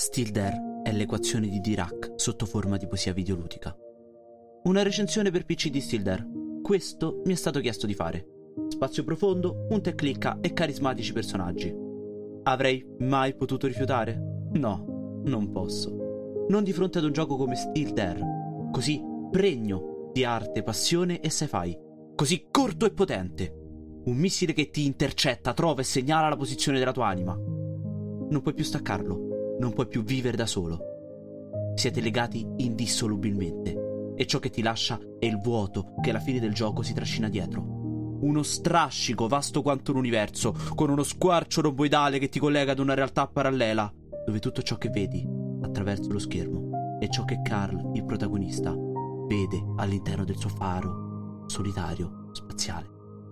Still There è l'equazione di Dirac sotto forma di poesia videoludica. Una recensione per PC di Still There. Questo mi è stato chiesto di fare. Spazio profondo, punta e clicca e carismatici personaggi. Avrei mai potuto rifiutare? No, non posso. Non di fronte ad un gioco come Still There, così pregno di arte, passione e sci-fi, così corto e potente. Un missile che ti intercetta, trova e segnala la posizione della tua anima. Non puoi più staccarlo, non puoi più vivere da solo. Siete legati indissolubilmente e ciò che ti lascia è il vuoto che alla fine del gioco si trascina dietro. Uno strascico vasto quanto l'universo, con uno squarcio romboidale che ti collega ad una realtà parallela, dove tutto ciò che vedi attraverso lo schermo è ciò che Carl, il protagonista, vede all'interno del suo faro solitario spaziale.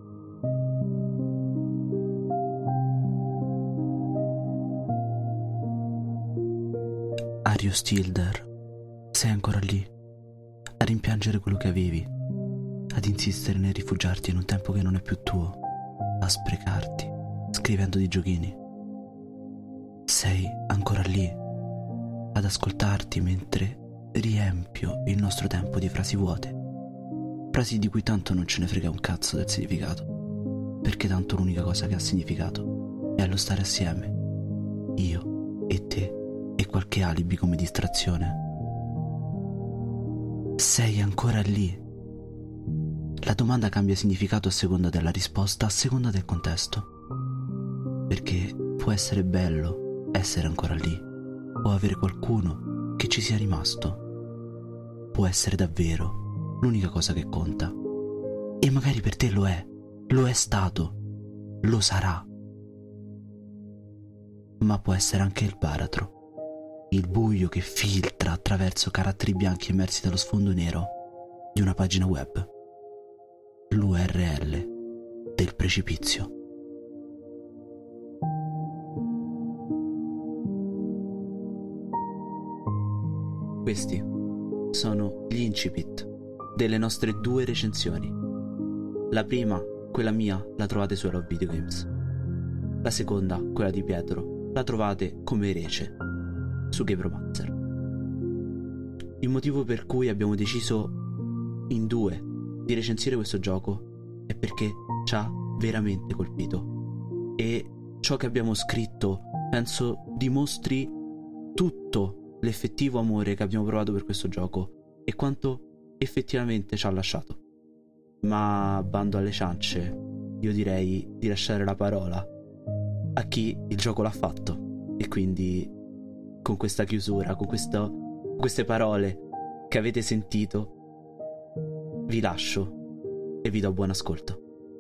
Are you still there? Sei ancora lì, a rimpiangere quello che avevi, ad insistere nel rifugiarti in un tempo che non è più tuo, a sprecarti, scrivendo di giochini. Sei ancora lì, ad ascoltarti mentre riempio il nostro tempo di frasi vuote, frasi di cui tanto non ce ne frega un cazzo del significato, perché tanto l'unica cosa che ha significato è lo stare assieme, io e te, e qualche alibi come distrazione. Sei ancora lì. La domanda cambia significato a seconda della risposta, a seconda del contesto. Perché può essere bello essere ancora lì, o avere qualcuno che ci sia rimasto. Può essere davvero l'unica cosa che conta. E magari per te lo è stato, lo sarà. Ma può essere anche il baratro. Il buio che filtra attraverso caratteri bianchi emersi dallo sfondo nero di una pagina web. L'URL del precipizio. Questi sono gli incipit delle nostre 2 recensioni. La prima, quella mia, la trovate su Love Video Games. La seconda, quella di Pietro, la trovate come rece su Gameromancer. Il motivo per cui abbiamo deciso in 2 di recensire questo gioco è perché ci ha veramente colpito e ciò che abbiamo scritto penso dimostri tutto l'effettivo amore che abbiamo provato per questo gioco e quanto effettivamente ci ha lasciato. Ma bando alle ciance, io direi di lasciare la parola a chi il gioco l'ha fatto, e quindi con questa chiusura, con queste parole che avete sentito, vi lascio e vi do buon ascolto.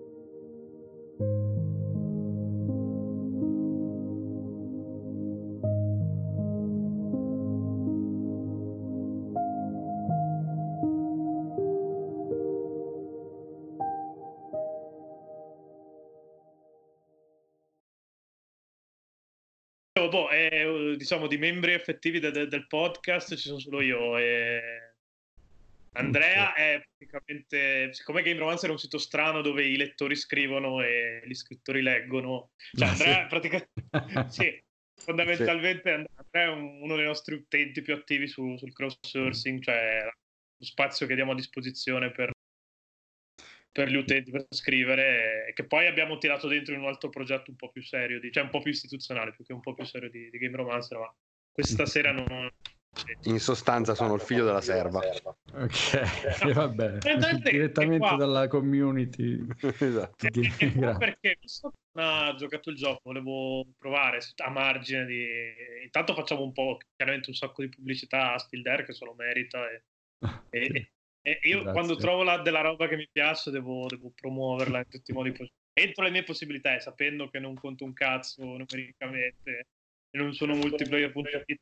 Diciamo di membri effettivi del podcast ci sono solo io e Andrea. È praticamente, siccome Gameromancer è un sito strano dove i lettori scrivono e gli scrittori leggono, cioè Andrea praticamente sì, fondamentalmente Andrea è uno dei nostri utenti più attivi sul crowdsourcing, cioè lo spazio che diamo a disposizione per gli utenti per scrivere, e che poi abbiamo tirato dentro in un altro progetto un po' più serio, cioè un po' più istituzionale più che un po' più serio di Gameromancer, ma questa sera non... In sostanza sono il figlio della serva. Ok, va bene. Direttamente dalla community. Esatto. Perché visto che non ha giocato il gioco, volevo provare a margine di... Intanto facciamo un po', chiaramente un sacco di pubblicità a Still There, che se lo merita, e io grazie. Quando trovo della roba che mi piace devo promuoverla in tutti i modi possibili, entro le mie possibilità, sapendo che non conto un cazzo numericamente e non sono multiplayer.it.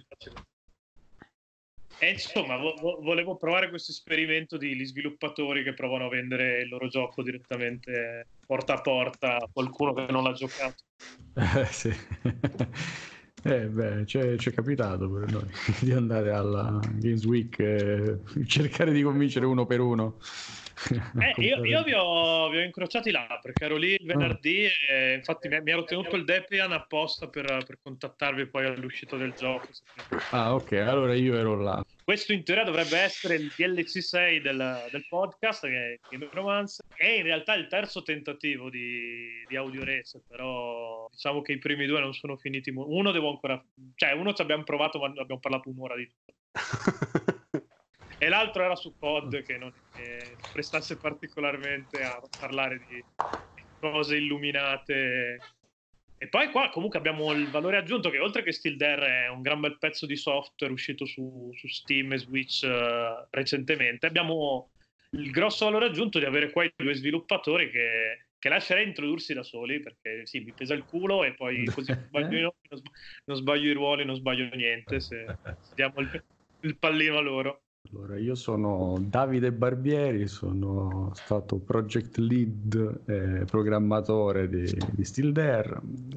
E insomma volevo provare questo esperimento di sviluppatori che provano a vendere il loro gioco direttamente porta a porta a qualcuno che non l'ha giocato. Sì. Beh, ci è capitato per noi di andare alla Games Week e cercare di convincere uno per uno Io vi ho incrociati là perché ero lì il venerdì e infatti mi ero tenuto il Debian apposta per contattarvi poi all'uscita del gioco. Ah, ok, allora io ero là. Questo in teoria dovrebbe essere il DLC 6 del podcast, che è Game Romance, e in realtà il terzo tentativo di Audio Race, però diciamo che i primi due non sono finiti. Uno devo ancora, cioè uno ci abbiamo provato ma abbiamo parlato un'ora di tutto. E l'altro era su COD, che non prestasse particolarmente a parlare di cose illuminate. E poi qua comunque abbiamo il valore aggiunto che oltre che Still There è un gran bel pezzo di software uscito su Steam e Switch recentemente, abbiamo il grosso valore aggiunto di avere qua i due sviluppatori che lascerei introdursi da soli, perché sì, mi pesa il culo e poi così non sbaglio i ruoli, non sbaglio niente, se diamo il pallino a loro. Allora, io sono Davide Barbieri, sono stato project lead, programmatore di Still There,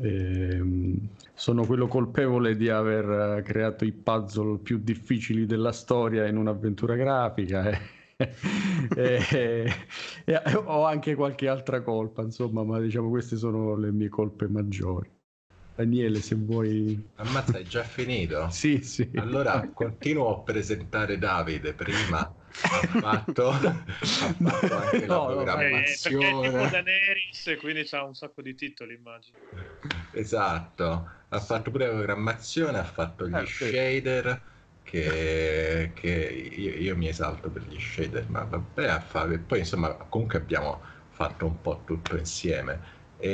sono quello colpevole di aver creato i puzzle più difficili della storia in un'avventura grafica e ho anche qualche altra colpa, insomma, ma diciamo queste sono le mie colpe maggiori. Daniele, se vuoi... Ammazza, hai già finito? Sì. Allora continuo a presentare Davide. Prima ha fatto anche la programmazione. Perché è tipo Daenerys, quindi c'ha un sacco di titoli, immagino. Esatto, ha fatto pure la programmazione, ha fatto gli shader, che io mi esalto per gli shader, ma vabbè a fare. Poi insomma comunque abbiamo fatto un po' tutto insieme.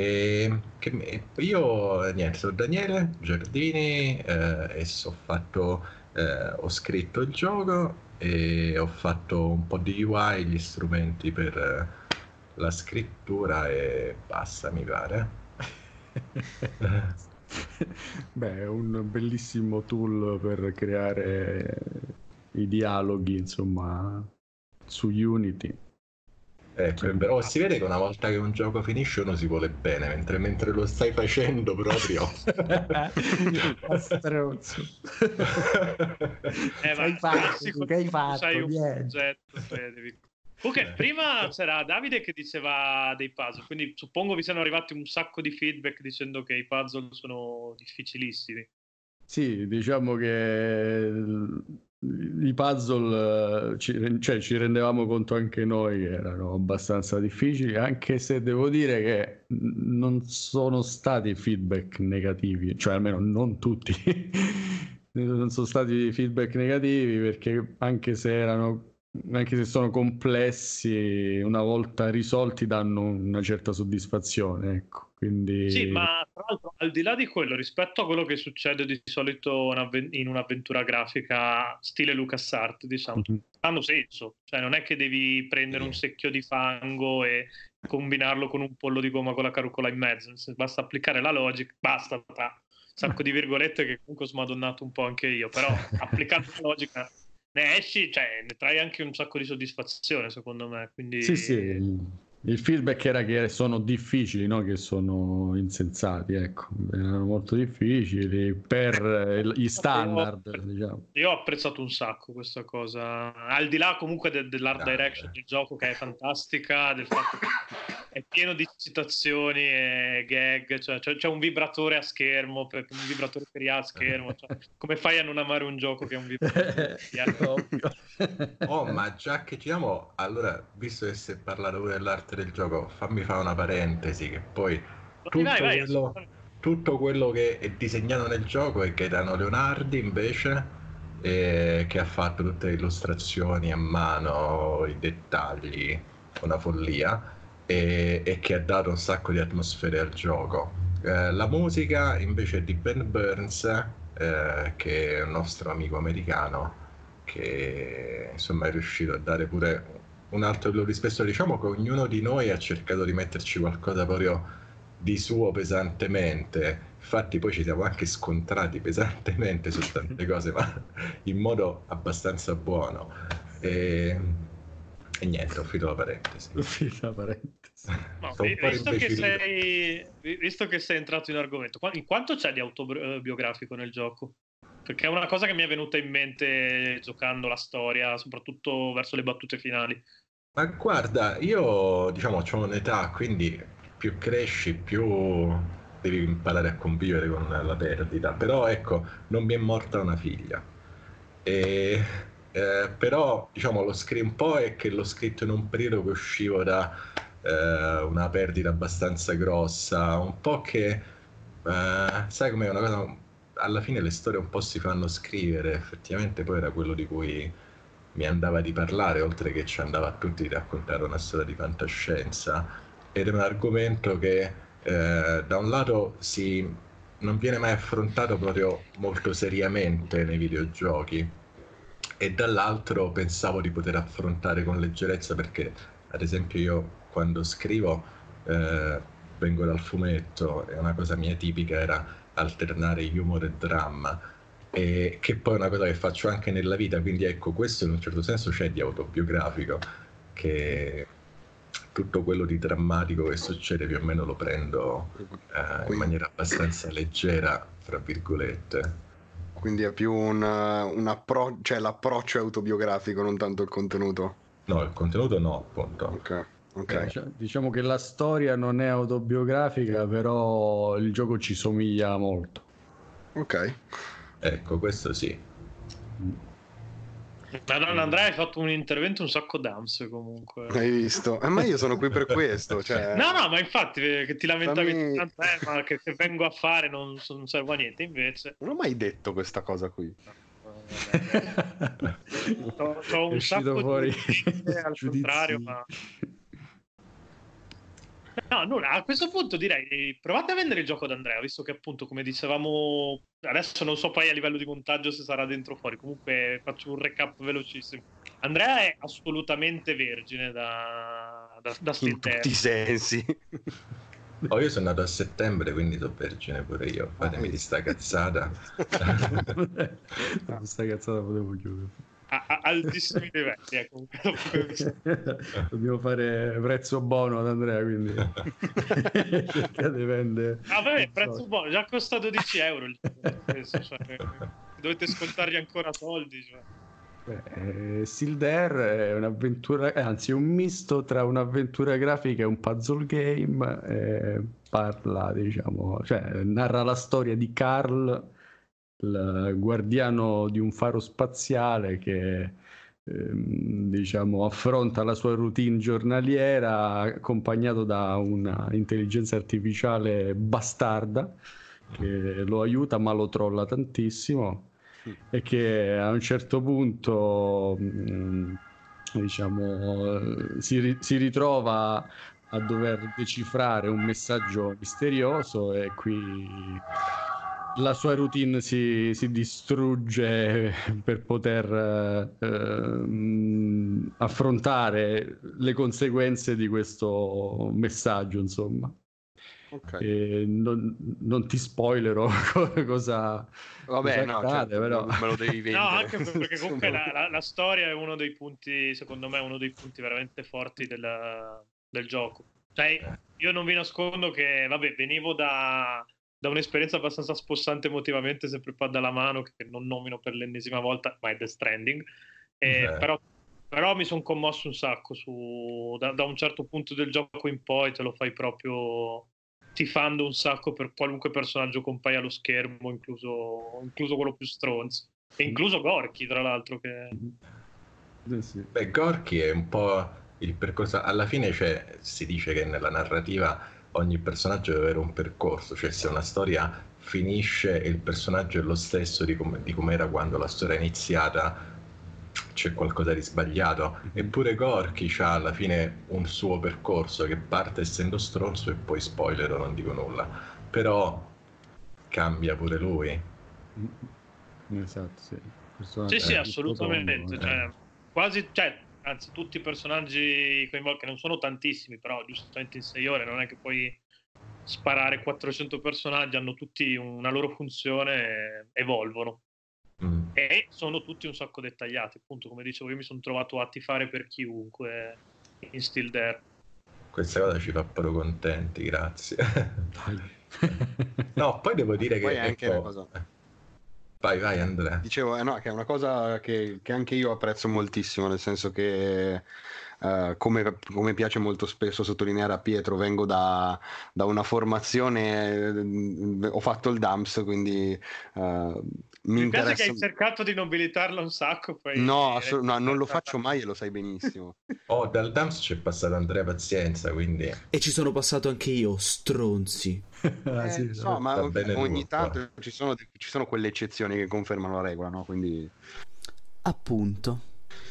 Io niente, sono Daniele Giardini e ho scritto il gioco e ho fatto un po' di UI, gli strumenti per la scrittura e basta, mi pare. Beh, è un bellissimo tool per creare i dialoghi, insomma, su Unity. Però si vede che una volta che un gioco finisce uno si vuole bene, mentre lo stai facendo proprio. Stronzo. Che hai fatto? Sei un progetto, Ok, prima c'era Davide che diceva dei puzzle, quindi suppongo vi siano arrivati un sacco di feedback dicendo che i puzzle sono difficilissimi. Sì, diciamo che i puzzle ci rendevamo conto anche noi che erano abbastanza difficili, anche se devo dire che non sono stati feedback negativi, cioè almeno non tutti. Non sono stati feedback negativi perché anche se sono complessi, una volta risolti danno una certa soddisfazione, ecco. Quindi... Sì, ma tra l'altro al di là di quello, rispetto a quello che succede di solito in un'avventura grafica stile LucasArts, diciamo, hanno senso. Cioè non è che devi prendere un secchio di fango e combinarlo con un pollo di gomma con la carucola in mezzo, basta applicare la logica, basta, un sacco di virgolette che comunque ho smadonnato un po' anche io, però applicando la logica ne esci, cioè ne trai anche un sacco di soddisfazione, secondo me. Quindi... Sì. Il feedback era che sono difficili, no? Che sono insensati, ecco. Erano molto difficili per gli standard, diciamo. Io ho apprezzato un sacco questa cosa, al di là comunque dell'art direction del gioco, che è fantastica, del fatto che è pieno di citazioni e gag, cioè c'è un vibratore a schermo, un vibratore per IA a schermo, cioè, come fai a non amare un gioco che è un vibratore? Ma già che diciamo, allora, visto che si è parlato pure dell'arte del gioco, fammi fare una parentesi, che poi tutto quello che è disegnato nel gioco è Gaetano Leonardi, invece, che ha fatto tutte le illustrazioni a mano, i dettagli, una follia, e che ha dato un sacco di atmosfere al gioco. La musica invece è di Ben Burns, che è un nostro amico americano, che insomma è riuscito a dare pure un altro livello di spessore. Diciamo che ognuno di noi ha cercato di metterci qualcosa proprio di suo pesantemente. Infatti poi ci siamo anche scontrati pesantemente su tante cose, ma in modo abbastanza buono. E niente, ho finito la parentesi. No, visto che sei entrato in argomento, in quanto c'è di autobiografico nel gioco? Perché è una cosa che mi è venuta in mente giocando la storia, soprattutto verso le battute finali. Ma guarda, io diciamo ho un'età, quindi più cresci, più devi imparare a convivere con la perdita. Però ecco, non mi è morta una figlia. E, però diciamo un po' è che l'ho scritto in un periodo che uscivo da una perdita abbastanza grossa, un po' che sai com'è una cosa, alla fine le storie un po' si fanno scrivere, effettivamente poi era quello di cui mi andava di parlare, oltre che ci andava a tutti di raccontare una storia di fantascienza, ed è un argomento che da un lato non viene mai affrontato proprio molto seriamente nei videogiochi, e dall'altro pensavo di poter affrontare con leggerezza, perché ad esempio io quando scrivo vengo dal fumetto e una cosa mia tipica era alternare humor e dramma, e che poi è una cosa che faccio anche nella vita, quindi ecco, questo in un certo senso c'è di autobiografico, che tutto quello di drammatico che succede più o meno lo prendo in maniera abbastanza leggera, fra virgolette. Quindi è più cioè l'approccio è autobiografico, non tanto il contenuto. No, il contenuto no, appunto. Ok. Diciamo che la storia non è autobiografica, però il gioco ci somiglia molto. Ok. Ecco, questo sì. Madonna, Andrea, hai fatto un intervento un sacco d'ams comunque. Hai visto? Ma io sono qui per questo, cioè... No, ma infatti che ti lamentavi tanto, ma che vengo a fare non servo a niente, invece. Non ho mai detto questa cosa qui. C'ho un sacco fuori di al contrario, ma... No, nulla, a questo punto direi provate a vendere il gioco ad Andrea, visto che appunto, come dicevamo, adesso non so poi a livello di montaggio se sarà dentro o fuori, comunque faccio un recap velocissimo. Andrea è assolutamente vergine da In tutti i sensi. Oh, io sono nato a settembre, quindi sono vergine pure io. Fatemi di sta cazzata. Questa cazzata potevo chiudere. A altissimi livelli, comunque. Dobbiamo fare prezzo buono ad Andrea, quindi cercate di vendere. Vabbè, prezzo buono, già costa 12 euro cioè, dovete scontargli ancora soldi, cioè. Still There è un'avventura, anzi un misto tra un'avventura grafica e un puzzle game. Parla, diciamo, cioè narra la storia di Carl, il guardiano di un faro spaziale che diciamo affronta la sua routine giornaliera accompagnato da una intelligenza artificiale bastarda che lo aiuta ma lo trolla tantissimo, e che a un certo punto diciamo si ritrova a dover decifrare un messaggio misterioso, e qui la sua routine si distrugge per poter affrontare le conseguenze di questo messaggio, insomma. Okay. Non ti spoilerò cosa Vabbè, no, accade, certo, però me lo devi vendere. No, anche perché comunque la storia è uno dei punti, secondo me, uno dei punti veramente forti del gioco. Cioè, io non vi nascondo che, vabbè, venivo da un'esperienza abbastanza spossante emotivamente, sempre padda alla mano, che non nomino per l'ennesima volta, ma è Death Stranding. Però mi sono commosso un sacco da un certo punto del gioco in poi, te lo fai proprio tifando un sacco per qualunque personaggio compaia allo schermo, incluso quello più stronzo, e incluso Gorky, tra l'altro, che... sì. Beh, Gorky è un po' il percorso, alla fine si dice che nella narrativa ogni personaggio deve avere un percorso, cioè se una storia finisce e il personaggio è lo stesso di come era quando la storia è iniziata, c'è qualcosa di sbagliato. Eppure Gorky ha alla fine un suo percorso che parte essendo stronzo e poi, spoiler, non dico nulla, però cambia pure lui. Esatto, sì. Sì, assolutamente. Anzi, tutti i personaggi coinvolti, che non sono tantissimi, però giustamente in 6 ore non è che puoi sparare 400 personaggi, hanno tutti una loro funzione e evolvono. E sono tutti un sacco dettagliati, appunto, come dicevo, io mi sono trovato a tifare per chiunque in Still There. Questa cosa ci fa proprio contenti, grazie. No, poi devo dire poi che è anche una cosa... Vai Andrea. Dicevo, no, che è una cosa che anche io apprezzo moltissimo, nel senso che come piace molto spesso sottolineare a Pietro, vengo da una formazione, ho fatto il DAMS, quindi mi piace interessa. che hai cercato di nobilitarla un sacco, poi No, non lo faccio mai e lo sai benissimo. Dal DAMS c'è passato Andrea Pazienza, quindi... E ci sono passato anche io, stronzi. Sì, Ma va bene ogni tutto. tanto ci sono quelle eccezioni che confermano la regola, no? Quindi... Appunto.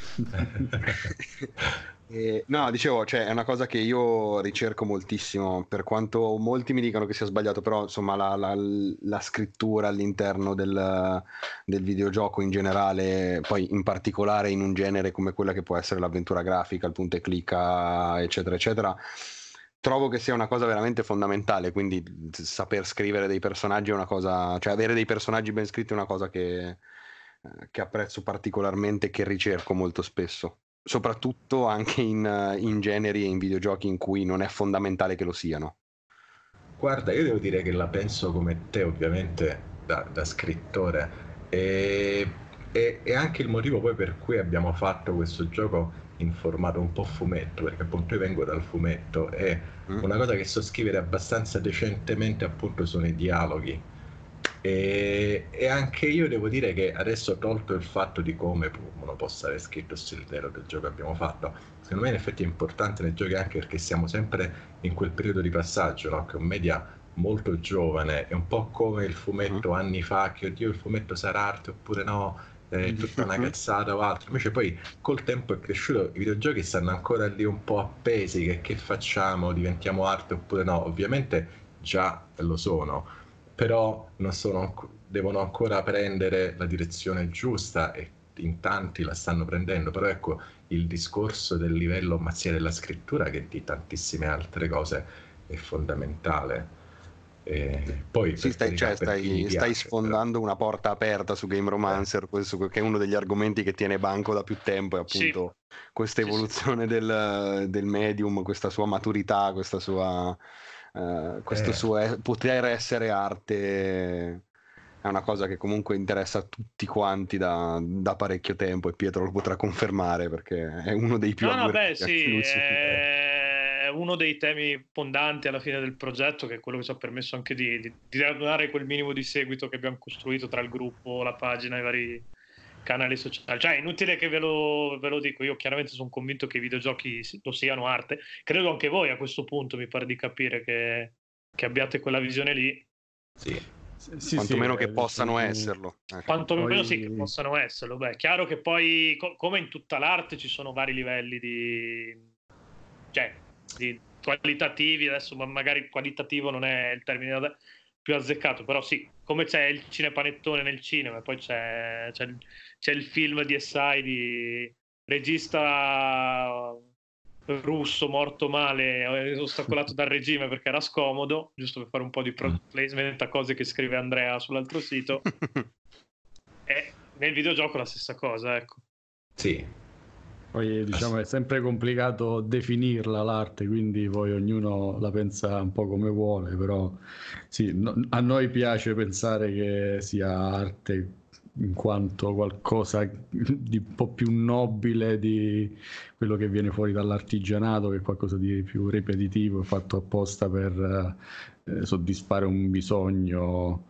No, dicevo, cioè, è una cosa che io ricerco moltissimo, per quanto molti mi dicano che sia sbagliato, però insomma la scrittura all'interno del videogioco in generale, poi in particolare in un genere come quella che può essere l'avventura grafica, il punta e clicca, eccetera, eccetera, trovo che sia una cosa veramente fondamentale, quindi saper scrivere dei personaggi è una cosa, cioè avere dei personaggi ben scritti è una cosa che apprezzo particolarmente, che ricerco molto spesso, soprattutto anche in generi e in videogiochi in cui non è fondamentale che lo siano. Guarda, io devo dire che la penso come te, ovviamente, da scrittore, e anche il motivo poi per cui abbiamo fatto questo gioco in formato un po' fumetto, perché appunto io vengo dal fumetto e una cosa che so scrivere abbastanza decentemente appunto sono i dialoghi. E anche io devo dire che adesso, tolto il fatto di come uno possa aver scritto il vero del gioco che abbiamo fatto, secondo me in effetti è importante nei giochi, anche perché siamo sempre in quel periodo di passaggio, no? Che è un media molto giovane, è un po' come il fumetto anni fa, che oddio il fumetto sarà arte oppure no, è tutta una cazzata o altro. Invece poi col tempo è cresciuto, i videogiochi stanno ancora lì un po' appesi, che facciamo, diventiamo arte oppure no. Ovviamente già lo sono, però non devono ancora prendere la direzione giusta, e in tanti la stanno prendendo. Però ecco, il discorso del livello ma sia della scrittura che di tantissime altre cose è fondamentale. E poi Sì, stai sfondando però... una porta aperta su Game Romancer, questo, che è uno degli argomenti che tiene banco da più tempo, è appunto questa evoluzione del medium, questa sua maturità, questo suo poter essere arte. È una cosa che comunque interessa a tutti quanti da parecchio tempo, e Pietro lo potrà confermare perché è uno dei più agguerriti. È uno dei temi fondanti alla fine del progetto, che è quello che ci ha permesso anche di radunare quel minimo di seguito che abbiamo costruito tra il gruppo, la pagina, i vari canali sociali. Cioè, è inutile che ve lo dico, io chiaramente sono convinto che i videogiochi lo siano arte, credo anche voi a questo punto, mi pare di capire che abbiate quella visione lì. Sì, quantomeno che possano esserlo. Quantomeno sì, che possano esserlo. Beh, è chiaro che poi, come in tutta l'arte, ci sono vari livelli di qualitativi. Adesso magari qualitativo non è il termine più azzeccato, però sì, come c'è il cinepanettone nel cinema, e poi c'è il film di Essai di regista russo morto male, ostacolato dal regime perché era scomodo, giusto per fare un po' di product placement a cose che scrive Andrea sull'altro sito. E nel videogioco la stessa cosa, ecco. Sì. Poi diciamo è sempre complicato definirla l'arte, quindi poi ognuno la pensa un po' come vuole, però sì, a noi piace pensare che sia arte in quanto qualcosa di un po' più nobile di quello che viene fuori dall'artigianato, che è qualcosa di più ripetitivo, fatto apposta per soddisfare un bisogno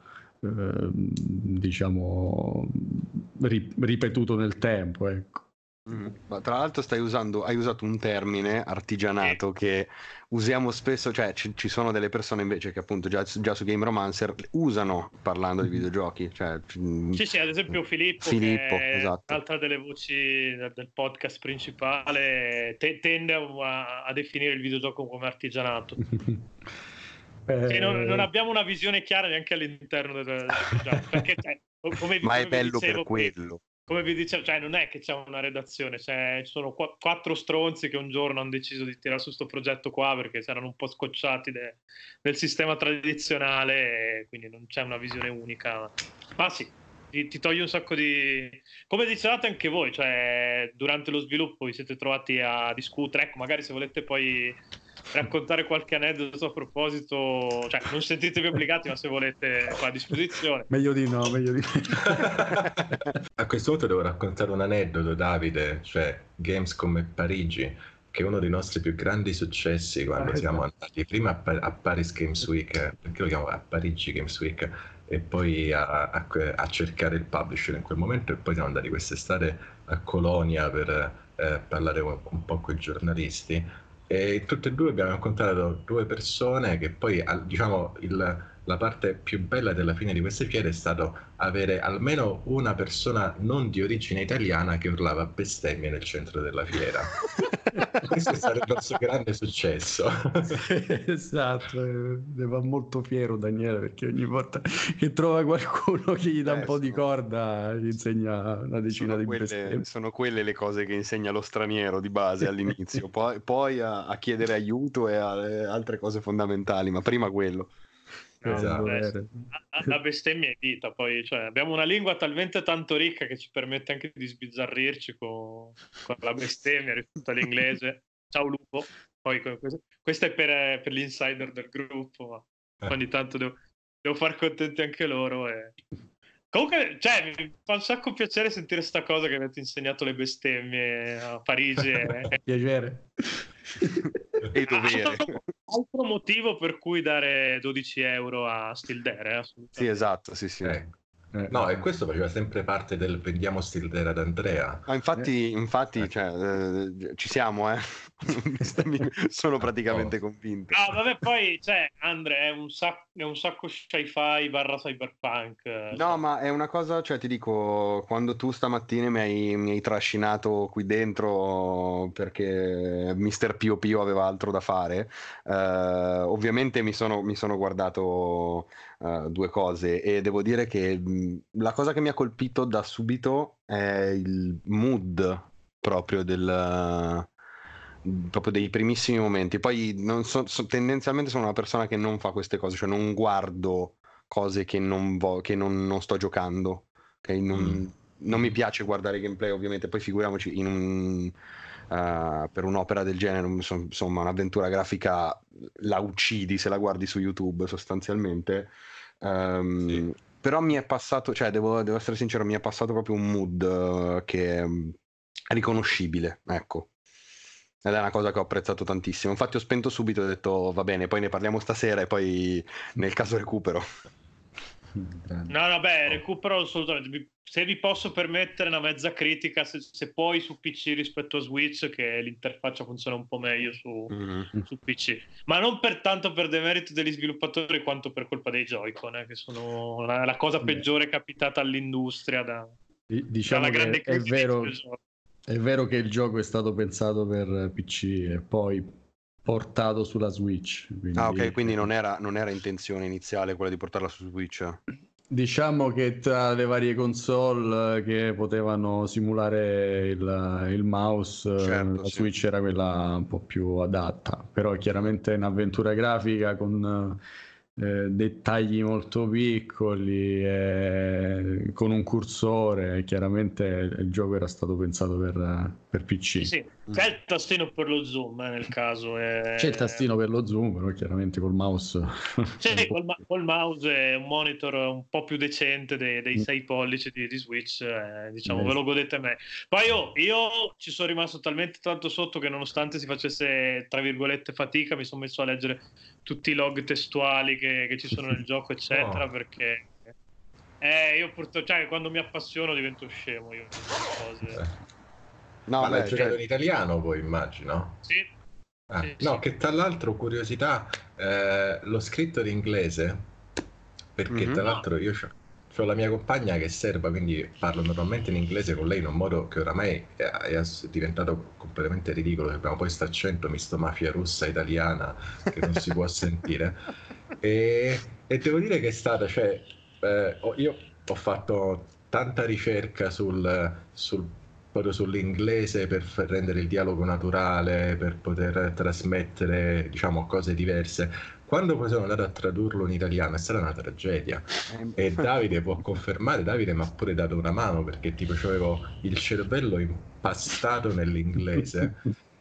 diciamo ripetuto nel tempo, ecco. Ma tra l'altro hai usato un termine, artigianato, che usiamo spesso, cioè ci sono delle persone invece che appunto già su Game Romancer usano parlando di videogiochi, cioè, sì, ad esempio Filippo che esatto. è un'altra delle voci del podcast principale, tende a definire il videogioco come artigianato. Non abbiamo una visione chiara neanche all'interno del videogioco, perché ma è bello per quello. Come vi dicevo, cioè non è che c'è una redazione, ci sono 4 stronzi che un giorno hanno deciso di tirare su sto progetto qua perché si erano un po' scocciati del sistema tradizionale, e quindi non c'è una visione unica. Ma sì, ti toglie un sacco di... Come dicevate anche voi, cioè durante lo sviluppo vi siete trovati a discutere, ecco, magari se volete poi raccontare qualche aneddoto a proposito, cioè non sentitevi obbligati, ma se volete qua a disposizione. Meglio di no. A questo punto devo raccontare un aneddoto, Davide, cioè Gamescom e Parigi. che uno dei nostri più grandi successi quando siamo andati prima a Paris Games Week, perché lo chiamo a Parigi Games Week, e poi a cercare il publisher in quel momento, e poi siamo andati quest'estate a Colonia per parlare un po' con i giornalisti, e tutte e due abbiamo incontrato due persone che poi, diciamo, la parte più bella della fine di queste fiere è stato avere almeno una persona non di origine italiana che urlava bestemmie nel centro della fiera. Questo è stato il nostro grande successo. Esatto, ne va molto fiero Daniele, perché ogni volta che trova qualcuno che gli dà un po' di corda gli insegna una decina di bestemmie. Sono quelle le cose che insegna lo straniero di base all'inizio, poi a chiedere aiuto e a altre cose fondamentali, ma prima quello. No, Esatto. la bestemmia è vita, poi cioè, abbiamo una lingua talmente tanto ricca che ci permette anche di sbizzarrirci con la bestemmia rispetto all'inglese. Ciao lupo. Poi questo è per gli insider del gruppo, ma ogni tanto devo far contenti anche loro. Comunque, cioè, mi fa un sacco piacere sentire sta cosa che avete insegnato le bestemmie a Parigi. Piacere. E dovere. Altro motivo per cui dare 12 euro a Still Dare, assolutamente. Sì, esatto, sì. No, e questo faceva sempre parte del vendiamo Still Dare ad Andrea. Infatti cioè, ci siamo, sono praticamente convinto. Ah, vabbè, poi, cioè, Andre è un sacco sci-fi / cyberpunk. No, ma è una cosa, cioè ti dico, quando tu stamattina mi hai trascinato qui dentro perché Mr. Pio Pio aveva altro da fare, ovviamente mi sono guardato due cose, e devo dire che la cosa che mi ha colpito da subito è il mood proprio proprio dei primissimi momenti. Poi tendenzialmente sono una persona che non fa queste cose, cioè non guardo cose che non sto giocando, ok? Non mi piace guardare gameplay, ovviamente, poi figuriamoci per un'opera del genere, insomma, un'avventura grafica la uccidi se la guardi su YouTube sostanzialmente. Sì. Però mi è passato, cioè devo essere sincero, mi è passato proprio un mood che è riconoscibile, ecco. Ed è una cosa che ho apprezzato tantissimo. Infatti ho spento subito e ho detto va bene, poi ne parliamo stasera e poi nel caso recupero. No, beh, recupero assolutamente. Se vi posso permettere una mezza critica, se poi su PC rispetto a Switch, che l'interfaccia funziona un po' meglio su PC, ma non tanto per demerito degli sviluppatori quanto per colpa dei Joy-Con, che sono la cosa peggiore capitata all'industria diciamo dalla grande che crisi. è vero che il gioco è stato pensato per PC e poi portato sulla Switch. Quindi non era intenzione iniziale quella di portarla su Switch. Diciamo che tra le varie console che potevano simulare il mouse, certo, la Switch era quella un po' più adatta, però chiaramente è un'avventura grafica con dettagli molto piccoli, con un cursore. Chiaramente il gioco era stato pensato per PC. Sì. C'è il tastino per lo zoom nel caso. C'è il tastino per lo zoom, però chiaramente col mouse. Sì, col mouse è un monitor un po' più decente dei 6 pollici di Switch, diciamo, ve lo godete me. Poi io ci sono rimasto talmente tanto sotto che nonostante si facesse, tra virgolette, fatica, mi sono messo a leggere tutti i log testuali che ci sono nel gioco, eccetera, perché io purtroppo, cioè, quando mi appassiono divento scemo io cose. No, ma l'hai giocato in italiano poi, immagino? Sì. No, che tra l'altro, curiosità, l'ho scritto in inglese perché tra l'altro io ho la mia compagna che è serba, quindi parlo normalmente in inglese con lei in un modo che oramai è diventato completamente ridicolo, che abbiamo poi sto accento misto mafia russa italiana che non si può sentire, e devo dire che è stata, cioè, io ho fatto tanta ricerca proprio sull'inglese per rendere il dialogo naturale, per poter trasmettere, diciamo, cose diverse. Quando poi sono andato a tradurlo in italiano è stata una tragedia, e Davide può confermare, Davide mi ha pure dato una mano perché tipo avevo il cervello impastato nell'inglese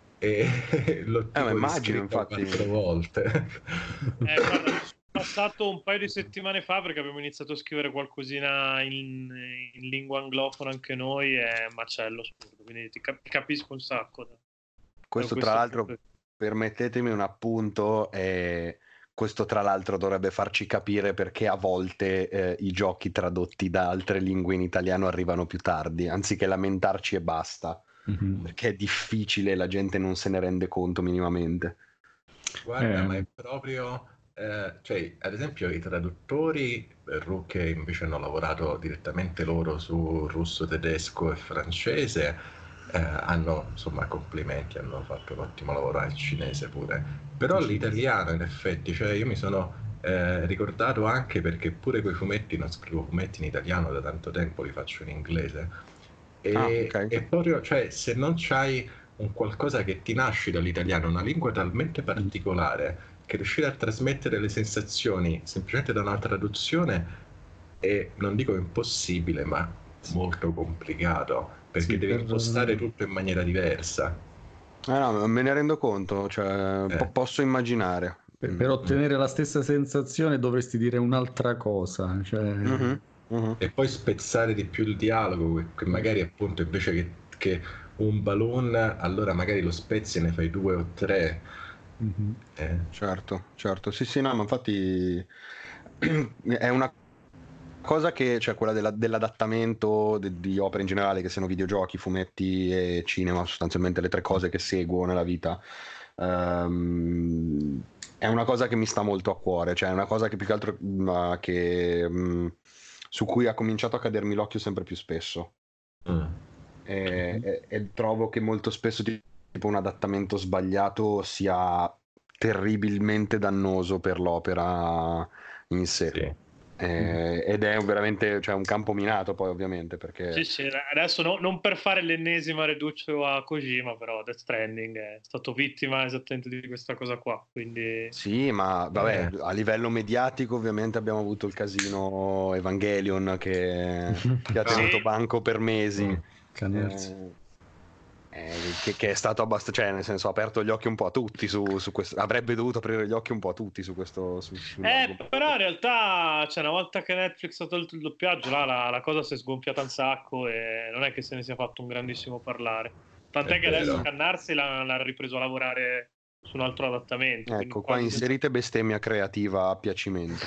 e l'ho tipo immagino, infatti 4 infatti. volte. Guarda, passato un paio di settimane fa perché abbiamo iniziato a scrivere qualcosina in lingua anglofona anche noi, è macello assurdo, quindi ti capisco un sacco. Questo tra l'altro, permettetemi un appunto, questo tra l'altro dovrebbe farci capire perché a volte i giochi tradotti da altre lingue in italiano arrivano più tardi, anziché lamentarci e basta, perché è difficile, la gente non se ne rende conto minimamente. Guarda, ma è proprio... cioè, ad esempio i traduttori che invece hanno lavorato direttamente loro su russo, tedesco e francese, hanno, insomma, complimenti, hanno fatto un ottimo lavoro, al cinese pure. Però l'italiano, in effetti, cioè io mi sono ricordato anche perché pure coi fumetti, non scrivo fumetti in italiano da tanto tempo, li faccio in inglese. Ok. E proprio, cioè, se non c'hai un qualcosa che ti nasce dall'italiano, una lingua talmente particolare che riuscire a trasmettere le sensazioni semplicemente da una traduzione è, non dico impossibile, ma molto complicato, perché devi impostare tutto in maniera diversa. No, me ne rendo conto, cioè, posso immaginare. Per ottenere la stessa sensazione dovresti dire un'altra cosa, cioè... E poi spezzare di più il dialogo, che magari appunto invece che un balloon, allora magari lo spezzi e ne fai 2 o 3. Certo, sì, no, ma infatti è una cosa che, cioè quella dell'adattamento di opere in generale, che siano videogiochi, fumetti e cinema, sostanzialmente le tre cose che seguo nella vita, è una cosa che mi sta molto a cuore, cioè è una cosa che più che altro su cui ha cominciato a cadermi l'occhio sempre più spesso. E trovo che molto spesso tipo un adattamento sbagliato sia terribilmente dannoso per l'opera in sé. Sì. Ed è veramente, cioè, un campo minato poi ovviamente, perché Sì, adesso non per fare l'ennesima reduccio a Kojima, però Death Stranding è stato vittima esattamente di questa cosa qua, quindi... sì, ma vabbè, a livello mediatico ovviamente abbiamo avuto il casino Evangelion che ha tenuto banco per mesi. Che è stato abbastanza, cioè nel senso ha aperto gli occhi un po' a tutti su questo, avrebbe dovuto aprire gli occhi un po' a tutti su questo però in realtà, cioè, una volta che Netflix ha tolto il doppiaggio, là la cosa si è sgonfiata un sacco e non è che se ne sia fatto un grandissimo parlare, tant'è che adesso Cannarsi l'ha ripreso a lavorare su un altro adattamento. Ecco, qua inserite bestemmia creativa a piacimento.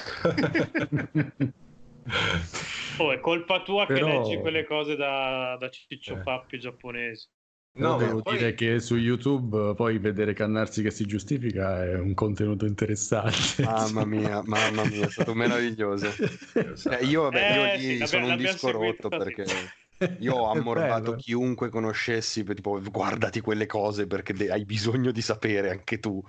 È colpa tua che leggi quelle cose da Ciccio Pappi giapponesi. No, devo dire che su YouTube poi vedere Cannarsi che si giustifica è un contenuto interessante. Mamma mia, è stato meraviglioso. Io lì sono un disco rotto perché io ho ammorbato chiunque conoscessi, tipo guardati quelle cose perché hai bisogno di sapere anche tu.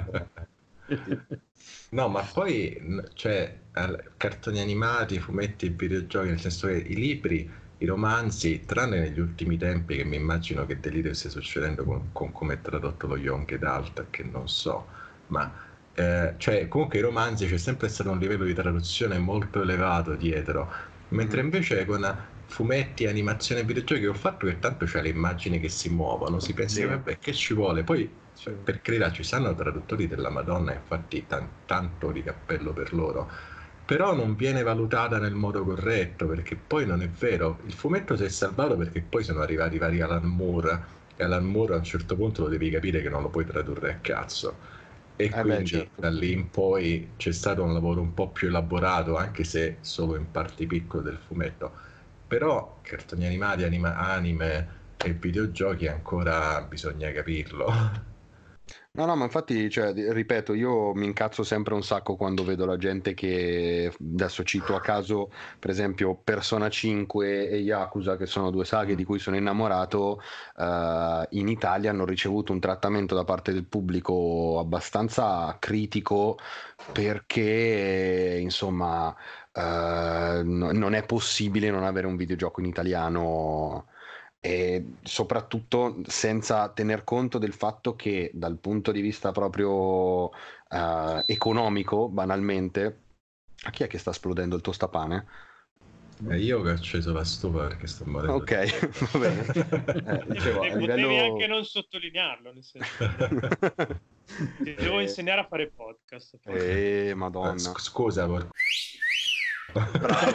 No, ma poi, cioè, cartoni animati, fumetti e videogiochi, nel senso che i libri, i romanzi, tranne negli ultimi tempi, che mi immagino che delirio stia succedendo con come è tradotto lo Young Adult, che non so, ma cioè, comunque i romanzi c'è sempre stato un livello di traduzione molto elevato dietro, mentre invece con fumetti, animazione e videogiochi ho fatto che tanto c'è le immagini che si muovono, si pensa vabbè, che ci vuole, poi per carità ci stanno traduttori della Madonna, infatti tanto di cappello per loro, però non viene valutata nel modo corretto, perché poi non è vero, il fumetto si è salvato perché poi sono arrivati vari Alan Moore, e Alan Moore a un certo punto lo devi capire che non lo puoi tradurre a cazzo, e quindi da lì in poi c'è stato un lavoro un po' più elaborato, anche se solo in parti piccole del fumetto, però cartoni animati, anime e videogiochi ancora bisogna capirlo. No, ma infatti, cioè, ripeto, io mi incazzo sempre un sacco quando vedo la gente che, adesso cito a caso, per esempio, Persona 5 e Yakuza, che sono due saghe di cui sono innamorato, in Italia hanno ricevuto un trattamento da parte del pubblico abbastanza critico perché, insomma, non è possibile non avere un videogioco in italiano. E soprattutto senza tener conto del fatto che dal punto di vista proprio economico, banalmente, a chi è che sta esplodendo il tostapane? Io che ho acceso la stufa perché sto morendo. Ok, va bene. Potevi anche non sottolinearlo, nel senso. Ti devo insegnare a fare podcast. Madonna. Scusa, Bravo,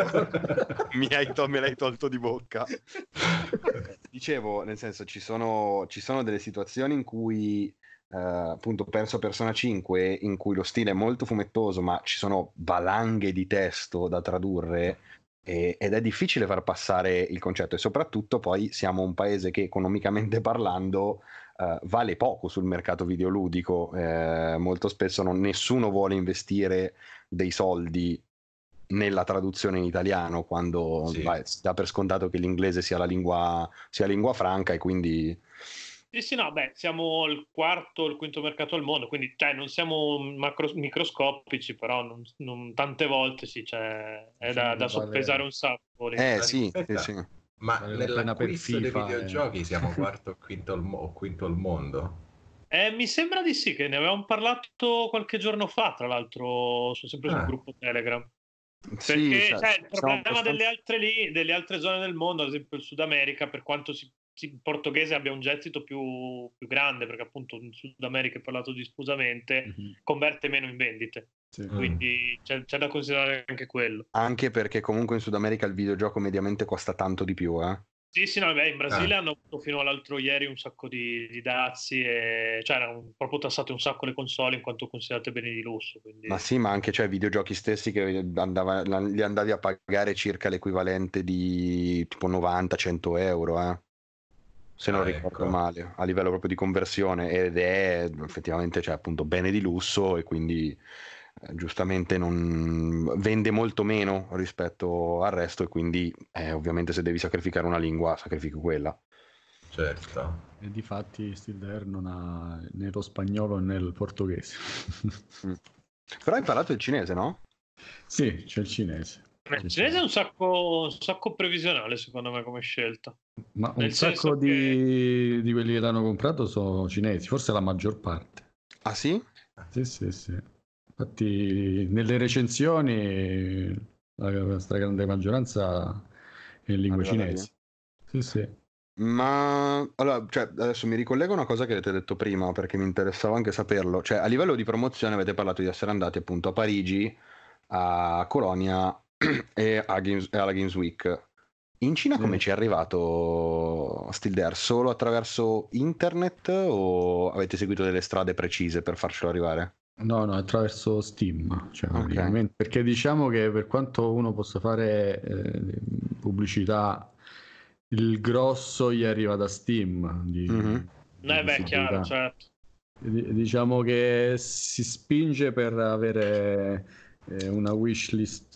me l'hai tolto di bocca. Dicevo, nel senso, ci sono delle situazioni in cui appunto penso a Persona 5, in cui lo stile è molto fumettoso, ma ci sono valanghe di testo da tradurre ed è difficile far passare il concetto, e soprattutto poi siamo un paese che economicamente parlando vale poco sul mercato videoludico. Molto spesso nessuno vuole investire dei soldi nella traduzione in italiano, quando Sì. si dà per scontato che l'inglese sia lingua franca, e quindi Sì, no, beh, siamo il quarto o il quinto mercato al mondo, quindi non siamo microscopici, però tante volte sì, è da soppesare un sacco. sì, Aspetta, sì. ma Vale la pena per nell'acquisto dei FIFA, videogiochi siamo quarto o quinto al mondo? Mi sembra di sì, che ne avevamo parlato qualche giorno fa, tra l'altro, sempre sul gruppo Telegram. Sì, Perché cioè, il problema delle altre zone del mondo, ad esempio il Sud America, per quanto il portoghese abbia un gettito più grande, perché appunto in Sud America è parlato diffusamente, converte meno in vendite. Sì. Quindi c'è da considerare anche quello. Anche perché comunque in Sud America il videogioco mediamente costa tanto di più, Sì, no, beh, in Brasile hanno avuto fino all'altro ieri un sacco di dazi, erano proprio tassate un sacco le console in quanto considerate beni di lusso. Quindi... Ma sì, ma anche videogiochi stessi che li andavi a pagare circa l'equivalente di tipo 90-100 euro, se non ricordo male, a livello proprio di conversione, ed è effettivamente, appunto, bene di lusso, e quindi giustamente non vende molto meno rispetto al resto, e quindi ovviamente se devi sacrificare una lingua, sacrifichi quella. Certo. E difatti Still There non ha né lo spagnolo né il portoghese. Però hai parlato il cinese, no? Sì, c'è il cinese. Il cinese è un sacco previsionale, secondo me, come scelta. Ma un sacco di quelli che l'hanno comprato sono cinesi, forse la maggior parte. Ah sì? Sì. Infatti nelle recensioni la stragrande maggioranza è in lingua cinese. Sì. Ma allora, adesso mi ricollego a una cosa che avete detto prima, perché mi interessava anche saperlo. A livello di promozione avete parlato di essere andati appunto a Parigi, a Colonia e alla Games Week. In Cina come ci è arrivato Still There? Solo attraverso internet o avete seguito delle strade precise per farcelo arrivare? No, attraverso Steam, praticamente, perché diciamo che per quanto uno possa fare pubblicità, il grosso gli arriva da Steam. Beh, chiaro, certo. Diciamo che si spinge per avere una wishlist,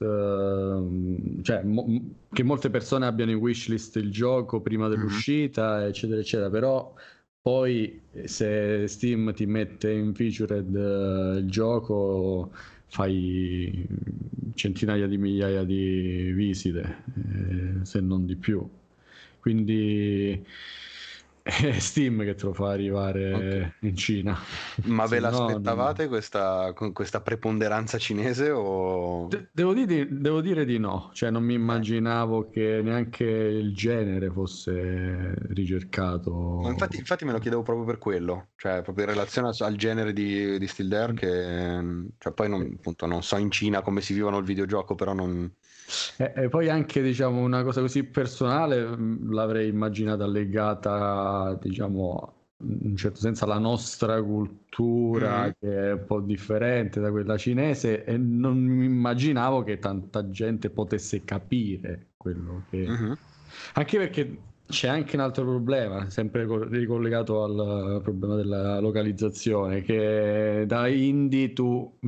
che molte persone abbiano in wishlist il gioco prima dell'uscita, eccetera, eccetera, però poi se Steam ti mette in featured il gioco, fai centinaia di migliaia di visite, se non di più. Quindi è Steam che te lo fa arrivare in Cina. Ma ve l'aspettavate questa preponderanza cinese o... Devo dire di no, non mi immaginavo che neanche il genere fosse ricercato. Ma infatti me lo chiedevo proprio per quello, proprio in relazione al genere di Still There, che poi appunto non so in Cina come si vivono il videogioco, però non... E poi anche una cosa così personale l'avrei immaginata legata in un certo senso alla nostra cultura, che è un po' differente da quella cinese, e non mi immaginavo che tanta gente potesse capire quello che... Anche perché c'è anche un altro problema, sempre ricollegato al problema della localizzazione, che da indie tu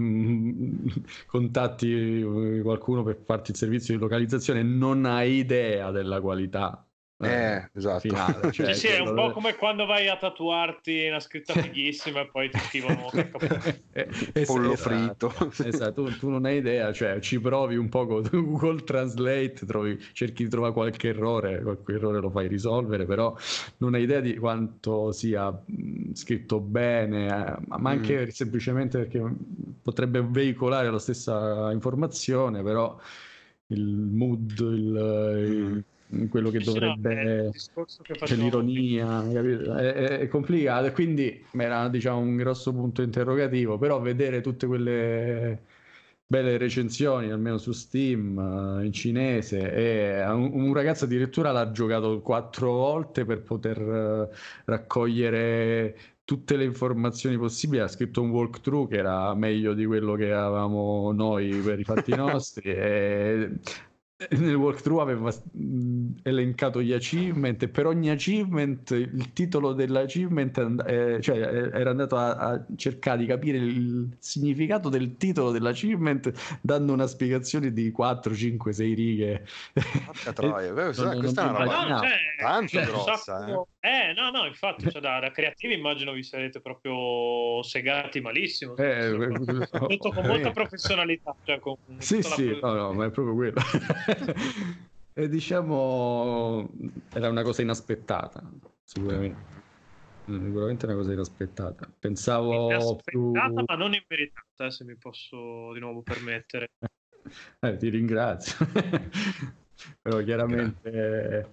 contatti qualcuno per farti il servizio di localizzazione, non hai idea della qualità esatto. finale. Sì, è un po' come quando vai a tatuarti una scritta fighissima e poi ti scrivono pollo fritto. Esatto, tu non hai idea, ci provi un po' con Google Translate, cerchi di trovare qualche errore lo fai risolvere, però non hai idea di quanto sia scritto bene, ma anche semplicemente perché potrebbe veicolare la stessa informazione, però il mood, quello che dovrebbe, c'è l'ironia, è complicato, e quindi era un grosso punto interrogativo. Però vedere tutte quelle belle recensioni, almeno su Steam, in cinese, e un ragazzo addirittura l'ha giocato 4 volte per poter raccogliere tutte le informazioni possibili. Ha scritto un walkthrough che era meglio di quello che avevamo noi per i fatti nostri, e nel walkthrough aveva elencato gli achievement, e per ogni achievement il titolo dell'achievement, cioè era andato a cercare di capire il significato del titolo dell'achievement dando una spiegazione di 4, 5, 6 righe. Porca troia, questa è una roba tanto grossa. No, infatti, cioè, da creativi immagino vi sarete proprio segati malissimo. Tutto con molta professionalità. Cioè, sì, no, ma è proprio quello. E diciamo era una cosa inaspettata, sicuramente una cosa inaspettata. Pensavo più... ma non immeritata, se mi posso di nuovo permettere. Ti ringrazio. Però chiaramente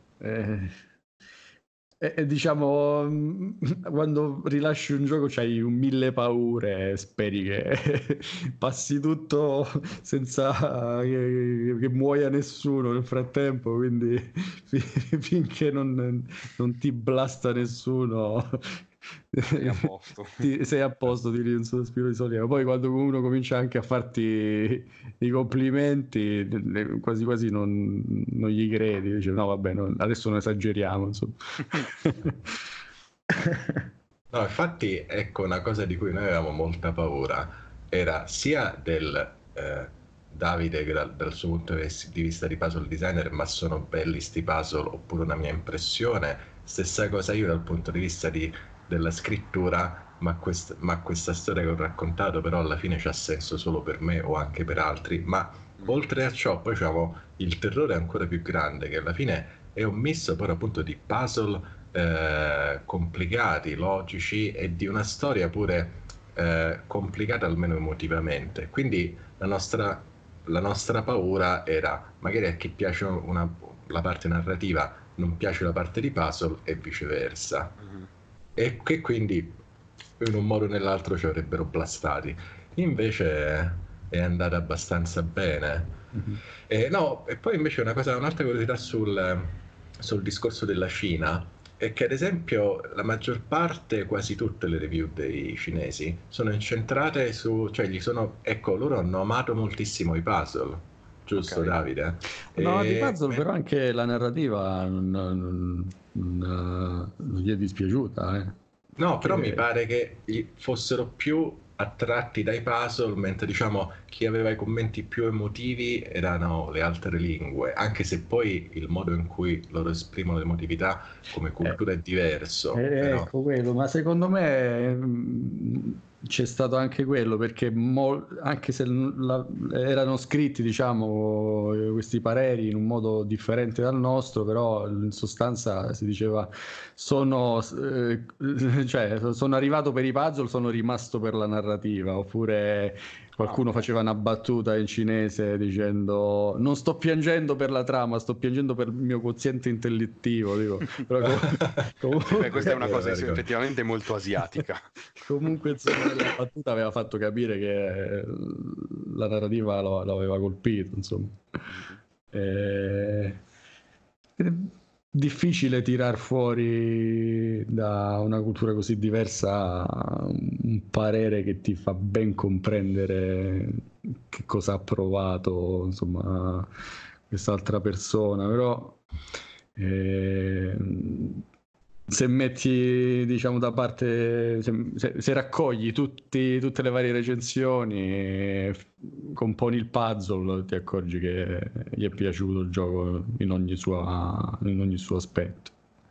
diciamo, quando rilasci un gioco c'hai 1000 paure, speri che passi tutto senza che muoia nessuno nel frattempo, quindi finché non ti blasta nessuno sei a posto, tiri un sospiro di sollievo. Poi quando uno comincia anche a farti i complimenti, quasi quasi non gli credi, dice no vabbè, adesso non esageriamo, insomma. No, infatti ecco, una cosa di cui noi avevamo molta paura era sia del Davide, che dal suo punto di vista di puzzle designer, ma sono belli sti puzzle, oppure una mia impressione. Stessa cosa io dal punto di vista della scrittura, ma questa storia che ho raccontato però alla fine c'ha senso solo per me o anche per altri. Ma oltre a ciò poi diciamo il terrore ancora più grande, che alla fine è un misto poi appunto di puzzle complicati, logici, e di una storia pure complicata almeno emotivamente. Quindi la nostra paura era magari a chi piace la parte narrativa non piace la parte di puzzle e viceversa, e che quindi in un modo o nell'altro ci avrebbero blastati. Invece è andata abbastanza bene. E poi invece un'altra curiosità sul discorso della Cina è che ad esempio la maggior parte, quasi tutte le review dei cinesi sono incentrate cioè loro hanno amato moltissimo i puzzle, giusto, okay, Davide? No, di puzzle però anche la narrativa non gli è dispiaciuta, No, però mi pare che fossero più attratti dai puzzle, mentre diciamo chi aveva i commenti più emotivi erano le altre lingue, anche se poi il modo in cui loro esprimono l'emotività come cultura è diverso. Però... Ecco quello, ma secondo me c'è stato anche quello, perché anche se erano scritti, diciamo, questi pareri in un modo differente dal nostro, però in sostanza si diceva sono arrivato per i puzzle, sono rimasto per la narrativa, oppure qualcuno faceva una battuta in cinese dicendo non sto piangendo per la trama, sto piangendo per il mio quoziente intellettivo, dico. Però comunque questa è una cosa effettivamente molto asiatica. Comunque insomma, la battuta aveva fatto capire che la narrativa lo aveva colpito, insomma. È difficile tirar fuori da una cultura così diversa un parere che ti fa ben comprendere che cosa ha provato, insomma, quest'altra persona, però se metti, diciamo, da parte, se raccogli tutte le varie recensioni, componi il puzzle, ti accorgi che gli è piaciuto il gioco in ogni suo aspetto.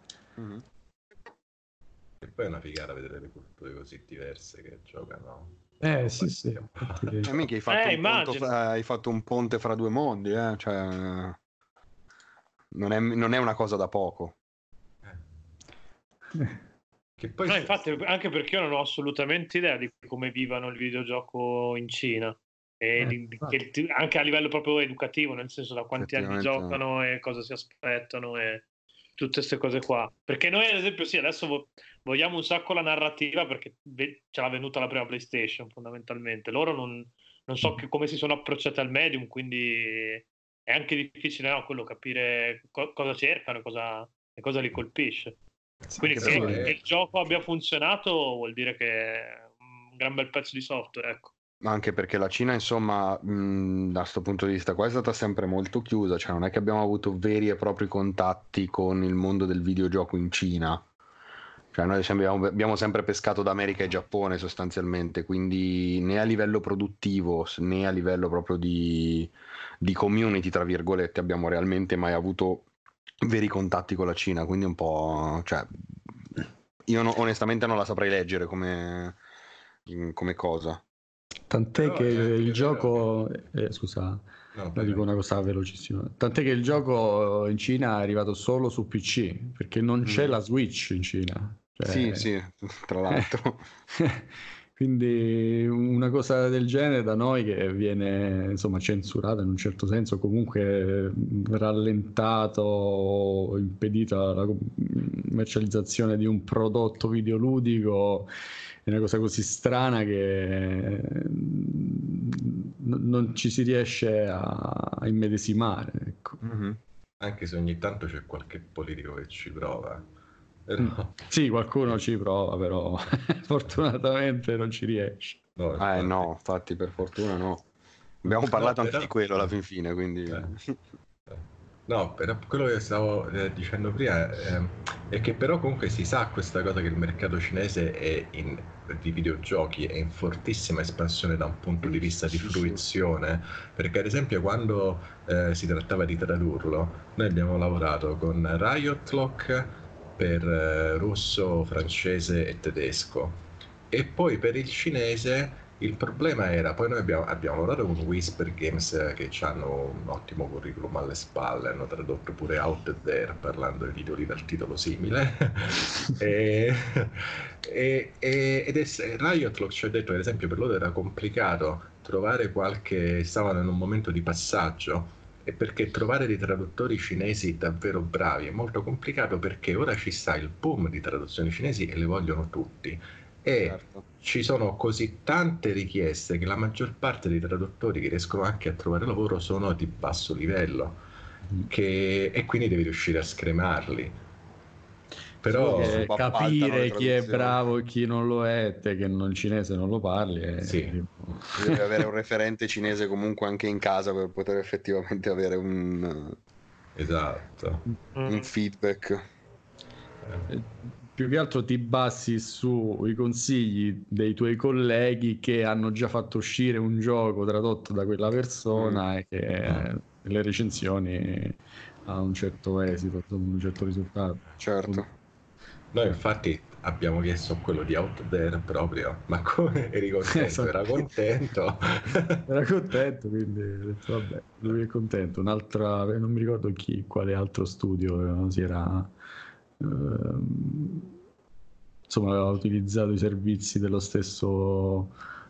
E poi è una figata vedere le culture così diverse che giocano. Sì. Mica hai fatto un ponte fra due mondi, cioè non è una cosa da poco. Che poi no, infatti, anche perché io non ho assolutamente idea di come vivano il videogioco in Cina, e anche a livello proprio educativo, nel senso da quanti anni giocano e cosa si aspettano e tutte queste cose qua. Perché noi ad esempio sì, adesso vogliamo un sacco la narrativa perché ce l'ha venuta la prima PlayStation fondamentalmente. Loro non non so come si sono approcciate al medium, quindi è anche difficile, no, quello capire cosa cercano e cosa li colpisce. Quindi Anche che il gioco abbia funzionato vuol dire che è un gran bel pezzo di software, ecco. Ma anche perché la Cina, insomma, da questo punto di vista qua è stata sempre molto chiusa, cioè non è che abbiamo avuto veri e propri contatti con il mondo del videogioco in Cina. Cioè noi abbiamo sempre pescato da America e Giappone sostanzialmente, quindi né a livello produttivo né a livello proprio di community, tra virgolette, abbiamo realmente mai avuto veri contatti con la Cina, quindi un po', cioè, io onestamente non la saprei leggere come cosa. Tant'è Però che è anche il vero gioco, scusa, No, dico una cosa velocissima. Tant'è che il gioco in Cina è arrivato solo su PC, perché non c'è la Switch in Cina. Cioè, Sì, tra l'altro. quindi una cosa del genere da noi che viene insomma censurata in un certo senso, comunque rallentato o impedita la commercializzazione di un prodotto videoludico, è una cosa così strana che non ci si riesce a immedesimare, ecco. Anche se ogni tanto c'è qualche politico che ci prova. Però... Sì, qualcuno ci prova, però fortunatamente non ci riesce. No, infatti per fortuna no. Abbiamo parlato anche di quello alla fin fine, quindi... No, però quello che stavo dicendo prima è che però comunque si sa questa cosa che il mercato cinese di videogiochi è in fortissima espansione da un punto di vista di fruizione, perché ad esempio quando si trattava di tradurlo, noi abbiamo lavorato con Riot Lock per russo, francese e tedesco, e poi per il cinese il problema era, poi noi abbiamo lavorato con Whisper Games che hanno un ottimo curriculum alle spalle, hanno tradotto pure Out There parlando di titoli dal titolo simile ed Riot Lock ci ha detto che ad esempio per loro era complicato trovare stavano in un momento di passaggio, e perché trovare dei traduttori cinesi davvero bravi è molto complicato, perché ora ci sta il boom di traduzioni cinesi e le vogliono tutti. E ci sono così tante richieste che la maggior parte dei traduttori che riescono anche a trovare lavoro sono di basso livello, e quindi devi riuscire a scremarli. Però capire chi è bravo e chi non lo è, te che il cinese non lo parli, devi avere un referente cinese comunque anche in casa per poter effettivamente avere un feedback. Più che altro ti basi sui consigli dei tuoi colleghi che hanno già fatto uscire un gioco tradotto da quella persona e che le recensioni ha un certo esito, un certo risultato. Certo. Noi infatti abbiamo chiesto quello di Out There proprio, ma come eri contento? Esatto. Era contento. Era contento, quindi ho detto vabbè, lui è contento. Un'altra, non mi ricordo quale altro studio si era... insomma aveva utilizzato i servizi dello stesso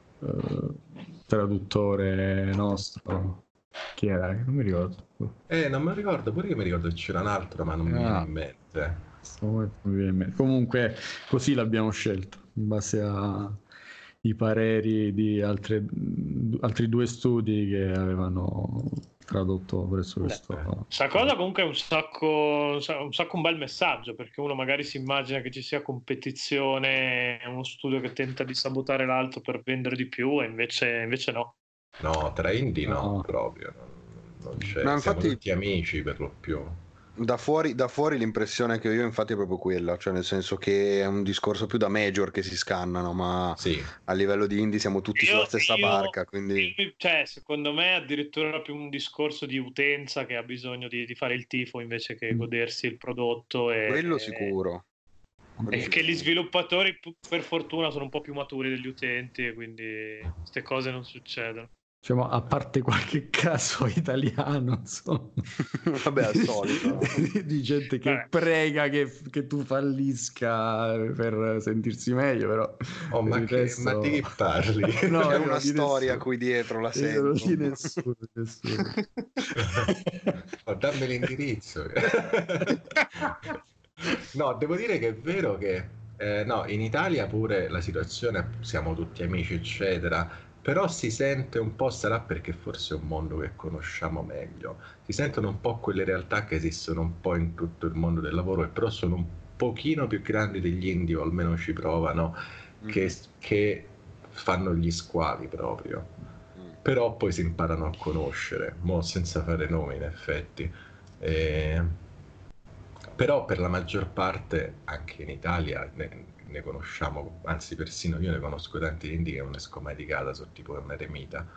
traduttore nostro. Chi era? Non mi ricordo. Non mi ricordo, pure io mi ricordo che c'era un altro, ma non mi viene in mente. Comunque così l'abbiamo scelto in base ai pareri di altri due studi che avevano tradotto presso questo. Questa cosa comunque è un sacco un bel messaggio, perché uno magari si immagina che ci sia competizione, uno studio che tenta di sabotare l'altro per vendere di più, e invece no. No, tra indie no, proprio non c'è. Ma siamo infatti, tutti amici per lo più. Da fuori l'impressione che ho io infatti è proprio quella, cioè nel senso che è un discorso più da major che si scannano, ma a livello di indie siamo tutti sulla stessa barca, quindi... Cioè, secondo me addirittura più un discorso di utenza che ha bisogno di fare il tifo invece che godersi il prodotto. Quello sicuro. E che gli sviluppatori per fortuna sono un po' più maturi degli utenti, e quindi queste cose non succedono. Diciamo, a parte qualche caso italiano, insomma, vabbè, al solito, di gente che prega che tu fallisca per sentirsi meglio, però ma di chi parli? No, è una storia qui dietro, la sento. Non di nessuno. Dammi l'indirizzo. No, devo dire che è vero che no, in Italia pure la situazione, siamo tutti amici eccetera, però si sente un po', sarà perché forse è un mondo che conosciamo meglio, si sentono un po' quelle realtà che esistono un po' in tutto il mondo del lavoro e però sono un pochino più grandi degli indie, o almeno ci provano, che fanno gli squali proprio. Però poi si imparano a conoscere, senza fare nomi in effetti. Però per la maggior parte, anche in Italia, ne conosciamo, anzi persino io ne conosco tanti indie che non esco mai di casa, sono tipo un eremita.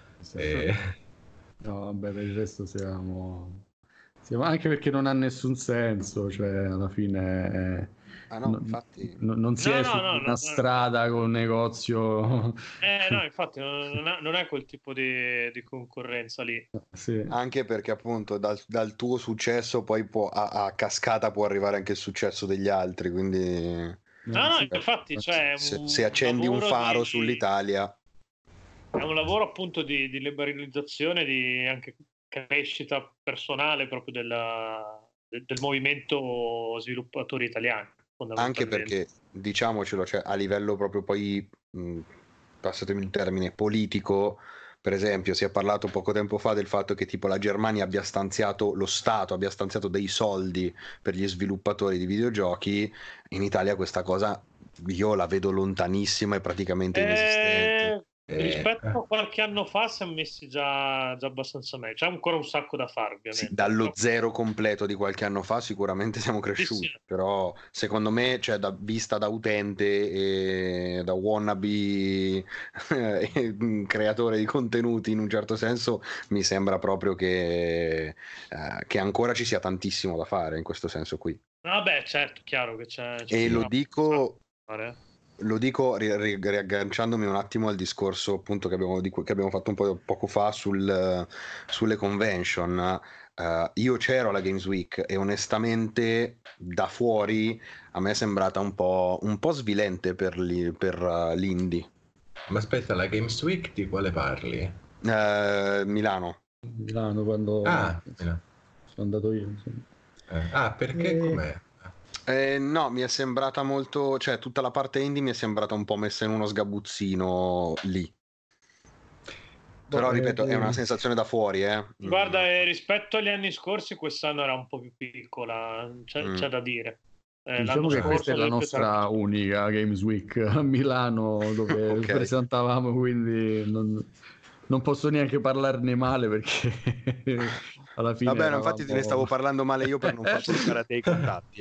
No, vabbè, per il resto siamo anche perché non ha nessun senso, cioè alla fine infatti non si è su una strada con un negozio. No, infatti non è quel tipo di concorrenza lì. Sì. Anche perché appunto dal tuo successo poi a cascata può arrivare anche il successo degli altri, quindi infatti cioè, se accendi un faro sull'Italia è un lavoro appunto di liberalizzazione, di anche crescita personale proprio del movimento sviluppatori italiani, anche perché diciamocelo, cioè, a livello proprio poi passatemi il termine politico, per esempio si è parlato poco tempo fa del fatto che tipo la Germania abbia stanziato, lo Stato abbia stanziato dei soldi per gli sviluppatori di videogiochi. In Italia questa cosa io la vedo lontanissima e praticamente inesistente. Rispetto a qualche anno fa siamo messi già abbastanza meglio, c'è ancora un sacco da fare ovviamente. Sì, dallo zero completo di qualche anno fa sicuramente siamo cresciuti, sì. Però secondo me, cioè, vista da utente e da wannabe creatore di contenuti in un certo senso, mi sembra proprio che ancora ci sia tantissimo da fare in questo senso qui. Vabbè, certo, chiaro che c'è e lo dico riagganciandomi un attimo al discorso appunto che abbiamo fatto un po' poco fa sulle convention. Io c'ero alla Games Week e onestamente da fuori a me è sembrata un po' svilente per l'indie. Ma aspetta, la Games Week di quale parli? Milano, quando Milano. sono andato io, perché com'è? No, mi è sembrata molto, cioè tutta la parte indie mi è sembrata un po' messa in uno sgabuzzino lì. Però ripeto, è una sensazione da fuori, Guarda, rispetto agli anni scorsi quest'anno era un po' più piccola, c'è da dire. Diciamo che questa è la nostra unica Games Week a Milano dove presentavamo, quindi non posso neanche parlarne male perché alla fine vabbè, infatti te ne stavo parlando male io per non far toccare a te i contatti.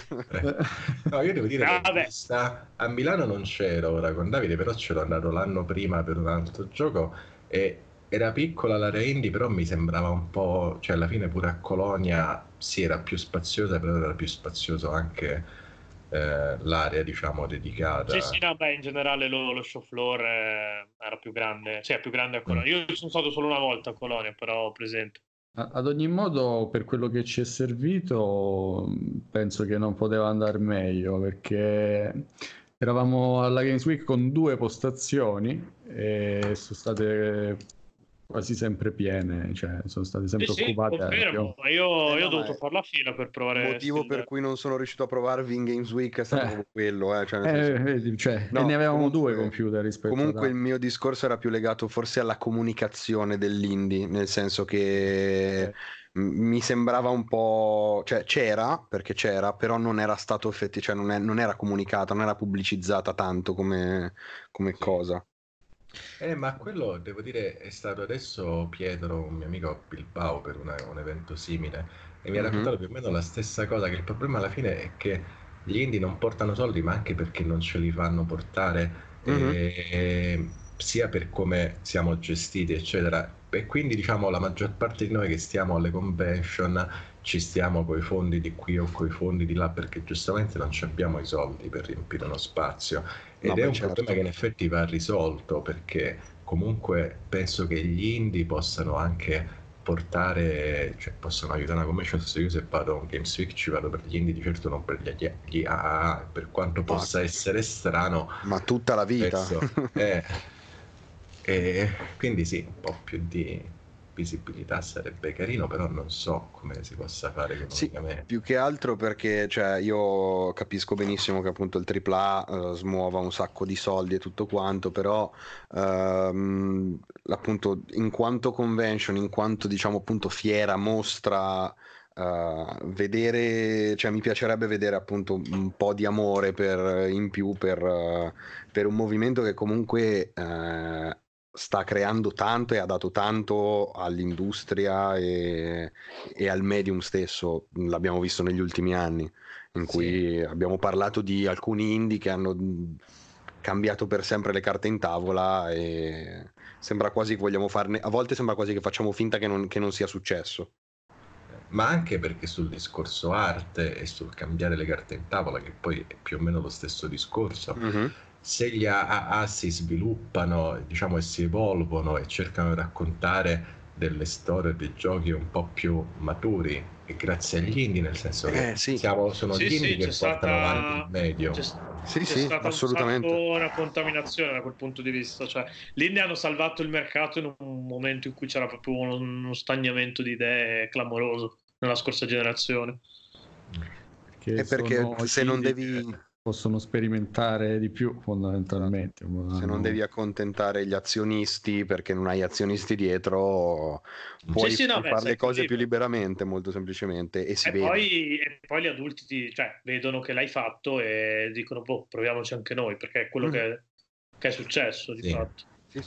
No, io devo dire che a Milano non c'ero ora con Davide, però c'ero andato l'anno prima per un altro gioco e era piccola l'area indie, però mi sembrava un po', cioè alla fine pure a Colonia sì, era più spaziosa, però era più spazioso anche l'area, diciamo, dedicata. Sì, no, in generale lo show floor era più grande, cioè più grande a Colonia. Io sono stato solo una volta a Colonia, però presente. Ad ogni modo, per quello che ci è servito, penso che non poteva andare meglio, perché eravamo alla Games Week con 2 postazioni e sono state quasi sempre piene, cioè sono state sempre occupate. Confermo. Io ho dovuto fare la fila per provare. Il motivo per cui non sono riuscito a provarvi in Games Week è stato proprio quello, e ne avevamo 2 computer rispetto comunque il mio discorso era più legato forse alla comunicazione dell'indie, nel senso che mi sembrava un po', cioè c'era, però non era stato cioè non era comunicata, non era pubblicizzata tanto come cosa. Ma quello devo dire è stato adesso Pietro, un mio amico a Bilbao per un evento simile e mi ha raccontato più o meno la stessa cosa, che il problema alla fine è che gli indie non portano soldi, ma anche perché non ce li fanno portare, sia per come siamo gestiti eccetera, e quindi diciamo la maggior parte di noi che stiamo alle convention ci stiamo coi fondi di qui o coi fondi di là perché giustamente non abbiamo i soldi per riempire uno spazio. Ed è un problema che in effetti va risolto, perché comunque penso che gli indie possano anche portare, cioè possono aiutare una convention. Se io vado a un Games Week ci vado per gli indie, di certo non per gli AAA, per quanto possa essere strano, ma tutta la vita. E quindi sì, un po' più di visibilità sarebbe carino, però non so come si possa fare economicamente. Più che altro perché cioè, io capisco benissimo che appunto il AAA smuova un sacco di soldi e tutto quanto, però appunto in quanto convention, in quanto diciamo appunto fiera, mostra, vedere, cioè mi piacerebbe vedere appunto un po' di amore in più per un movimento che comunque sta creando tanto e ha dato tanto all'industria e al medium stesso. L'abbiamo visto negli ultimi anni, in cui abbiamo parlato di alcuni indie che hanno cambiato per sempre le carte in tavola e sembra quasi che vogliamo farne, a volte sembra quasi che facciamo finta che non sia successo. Ma anche perché sul discorso arte e sul cambiare le carte in tavola, che poi è più o meno lo stesso discorso, se gli AAA si sviluppano, diciamo, e si evolvono e cercano di raccontare delle storie, dei giochi un po' più maturi, e grazie agli indie, nel senso che sono gli indie che portano avanti il medio. C'è stata assolutamente una contaminazione da quel punto di vista, cioè l'indie hanno salvato il mercato in un momento in cui c'era proprio uno stagnamento di idee clamoroso nella scorsa generazione. Perché se non devi possono sperimentare di più fondamentalmente, se non devi accontentare gli azionisti, perché non hai azionisti dietro, puoi fare le cose più liberamente, molto semplicemente, e si vede. E poi gli adulti vedono che l'hai fatto e dicono boh, proviamoci anche noi, perché è quello che è successo di fatto.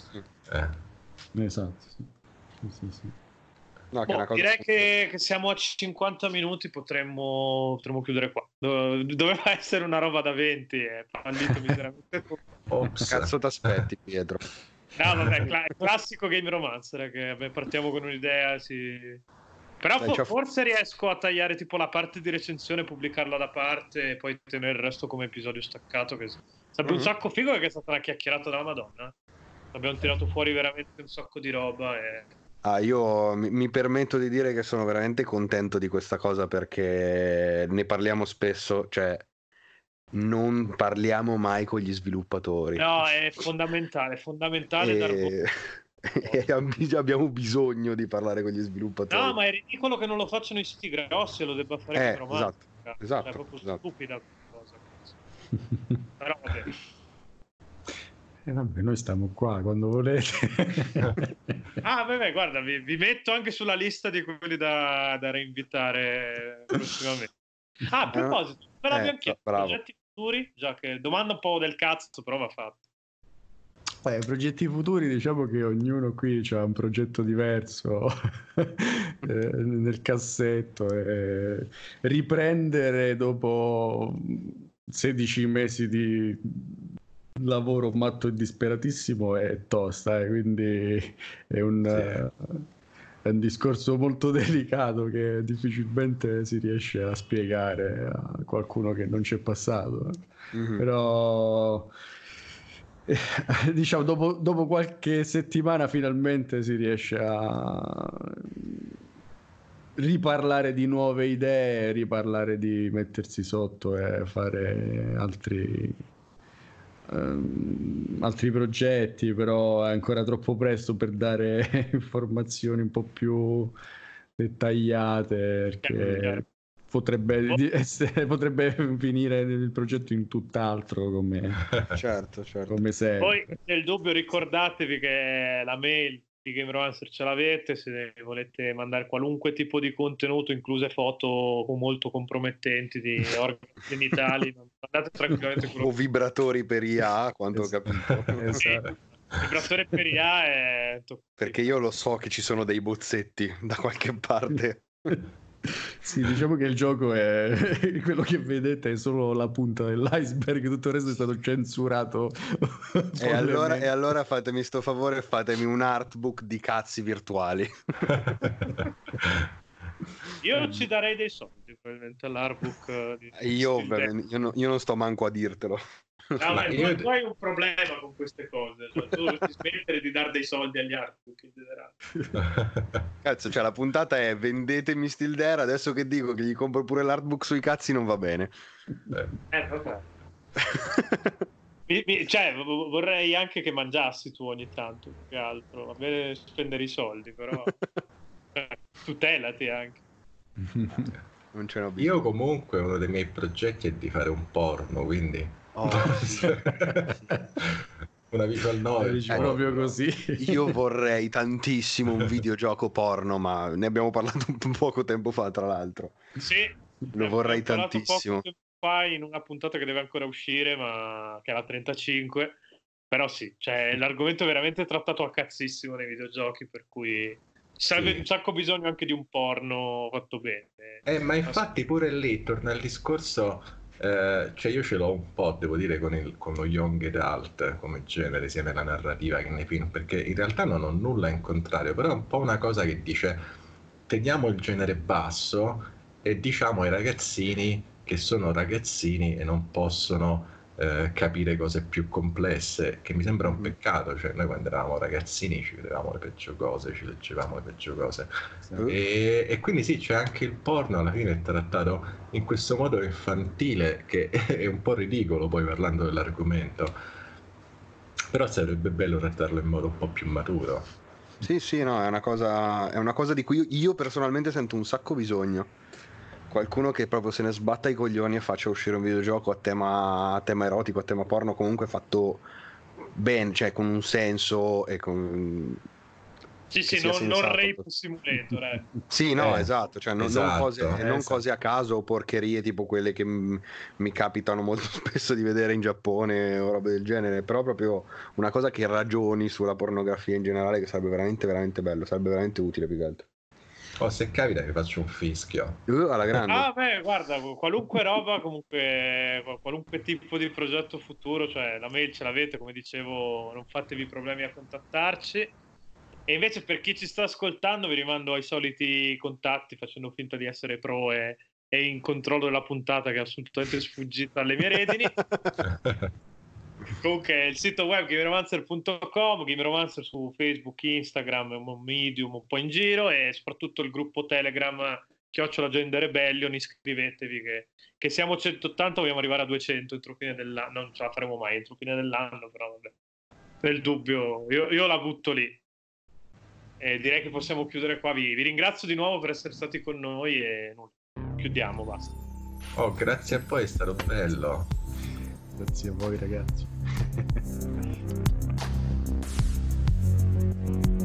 Esatto, sì. No, direi che siamo a 50 minuti, potremmo chiudere qua. Doveva essere una roba da 20, è fallito miseramente. Cazzo t'aspetti, Pietro? No, vabbè, classico Game Romancer, che partiamo con un'idea, però forse riesco a tagliare tipo la parte di recensione, pubblicarla da parte e poi tenere il resto come episodio staccato, che sarebbe un sacco figo, perché è stata una chiacchierata della Madonna. Abbiamo tirato fuori veramente un sacco di roba e... Io mi permetto di dire che sono veramente contento di questa cosa, perché ne parliamo spesso, cioè non parliamo mai con gli sviluppatori. No, è fondamentale e abbiamo bisogno di parlare con gli sviluppatori. No, ma è ridicolo che non lo facciano i siti grossi e lo debba fare esatto, è proprio stupida questa cosa. Però vabbè. Vabbè, noi stiamo qua quando volete. Vabbè, guarda, vi metto anche sulla lista di quelli da reinvitare prossimamente. A proposito, ve l'abbiamo chiesto, progetti futuri, già che domanda un po' del cazzo, però va fatto. Progetti futuri, diciamo che ognuno qui ha un progetto diverso nel cassetto, riprendere dopo 16 mesi di lavoro matto e disperatissimo è tosta, quindi è un discorso molto delicato che difficilmente si riesce a spiegare a qualcuno che non c'è passato. Però diciamo dopo qualche settimana finalmente si riesce a riparlare di nuove idee, riparlare di mettersi sotto e fare altri progetti, però è ancora troppo presto per dare informazioni un po' più dettagliate, perché potrebbe finire il progetto in tutt'altro come certo. Come sempre. Poi nel dubbio ricordatevi che la mail di Game Romancer ce l'avete, se volete mandare qualunque tipo di contenuto, incluse foto molto compromettenti di organi genitali, mandate tranquillamente quello o vibratori per IA, quanto ho capito. Esatto. Vibratore per IA è perché io lo so che ci sono dei bozzetti da qualche parte. Sì, diciamo che il gioco è quello che vedete è solo la punta dell'iceberg, tutto il resto è stato censurato. E allora fatemi sto favore, fatemi un artbook di cazzi virtuali. Io ci darei dei soldi probabilmente all'artbook io non sto manco a dirtelo. No, ma tu hai un problema con queste cose, cioè, tu dovresti smettere di dare dei soldi agli artbook in generale. Cazzo, cioè la puntata è vendetemi Still There, adesso che dico che gli compro pure l'artbook sui cazzi non va bene. Vabbè. Cioè, vorrei anche che mangiassi tu ogni tanto, più che altro. Va bene spendere i soldi, però tutelati anche. Non ce n'ho bisogno. Io comunque uno dei miei progetti è di fare un porno, quindi Sì. una visual novel. Dici proprio così. Io vorrei tantissimo un videogioco porno, ma ne abbiamo parlato un poco tempo fa, tra l'altro. Sì, Lo vorrei abbiamo parlato tantissimo. poco tempo fa in una puntata che deve ancora uscire, ma che è la 35. Però sì, cioè, l'argomento è veramente trattato a cazzissimo nei videogiochi, per cui serve un sacco bisogno anche di un porno fatto bene. Ma infatti pure lì torna il discorso, cioè io ce l'ho un po', devo dire, con lo young adult come genere, sia nella narrativa che nei film, perché in realtà non ho nulla in contrario, però è un po' una cosa che dice, teniamo il genere basso e diciamo ai ragazzini che sono ragazzini e non possono capire cose più complesse, che mi sembra un peccato. Cioè noi quando eravamo ragazzini ci vedevamo le peggio cose, ci leggevamo le peggio cose, e quindi sì, c'è anche il porno alla fine è trattato in questo modo infantile che è un po' ridicolo poi parlando dell'argomento, però sarebbe bello trattarlo in modo un po' più maturo. Sì, no, è una cosa di cui io personalmente sento un sacco bisogno. Qualcuno che proprio se ne sbatta i coglioni e faccia uscire un videogioco a tema erotico, a tema porno, comunque fatto bene, cioè con un senso e con... Sì, non Rape Simulator. Sì, no, esatto, cioè esatto, non cose a caso o porcherie tipo quelle che mi capitano molto spesso di vedere in Giappone o robe del genere, però proprio una cosa che ragioni sulla pornografia in generale, che sarebbe veramente veramente bello, sarebbe veramente utile più che altro. Oh, se capita che faccio un fischio. Alla grande. Beh, guarda, qualunque roba, comunque, qualunque tipo di progetto futuro, cioè la mail ce l'avete, come dicevo, non fatevi problemi a contattarci. E invece per chi ci sta ascoltando vi rimando ai soliti contatti, facendo finta di essere pro e in controllo della puntata, che è assolutamente sfuggita alle mie redini. Comunque il sito web gameromancer.com, Gameromancer su Facebook, Instagram, Medium, un po' in giro, e soprattutto il gruppo Telegram @Agenda Rebellion. Iscrivetevi che siamo 180, vogliamo arrivare a 200 entro fine dell'anno. Non ce la faremo mai entro fine dell'anno, però vabbè, nel dubbio io la butto lì, e direi che possiamo chiudere qua. Vi ringrazio di nuovo per essere stati con noi e chiudiamo, basta. Oh, grazie a voi, è stato bello. Grazie a voi ragazzi.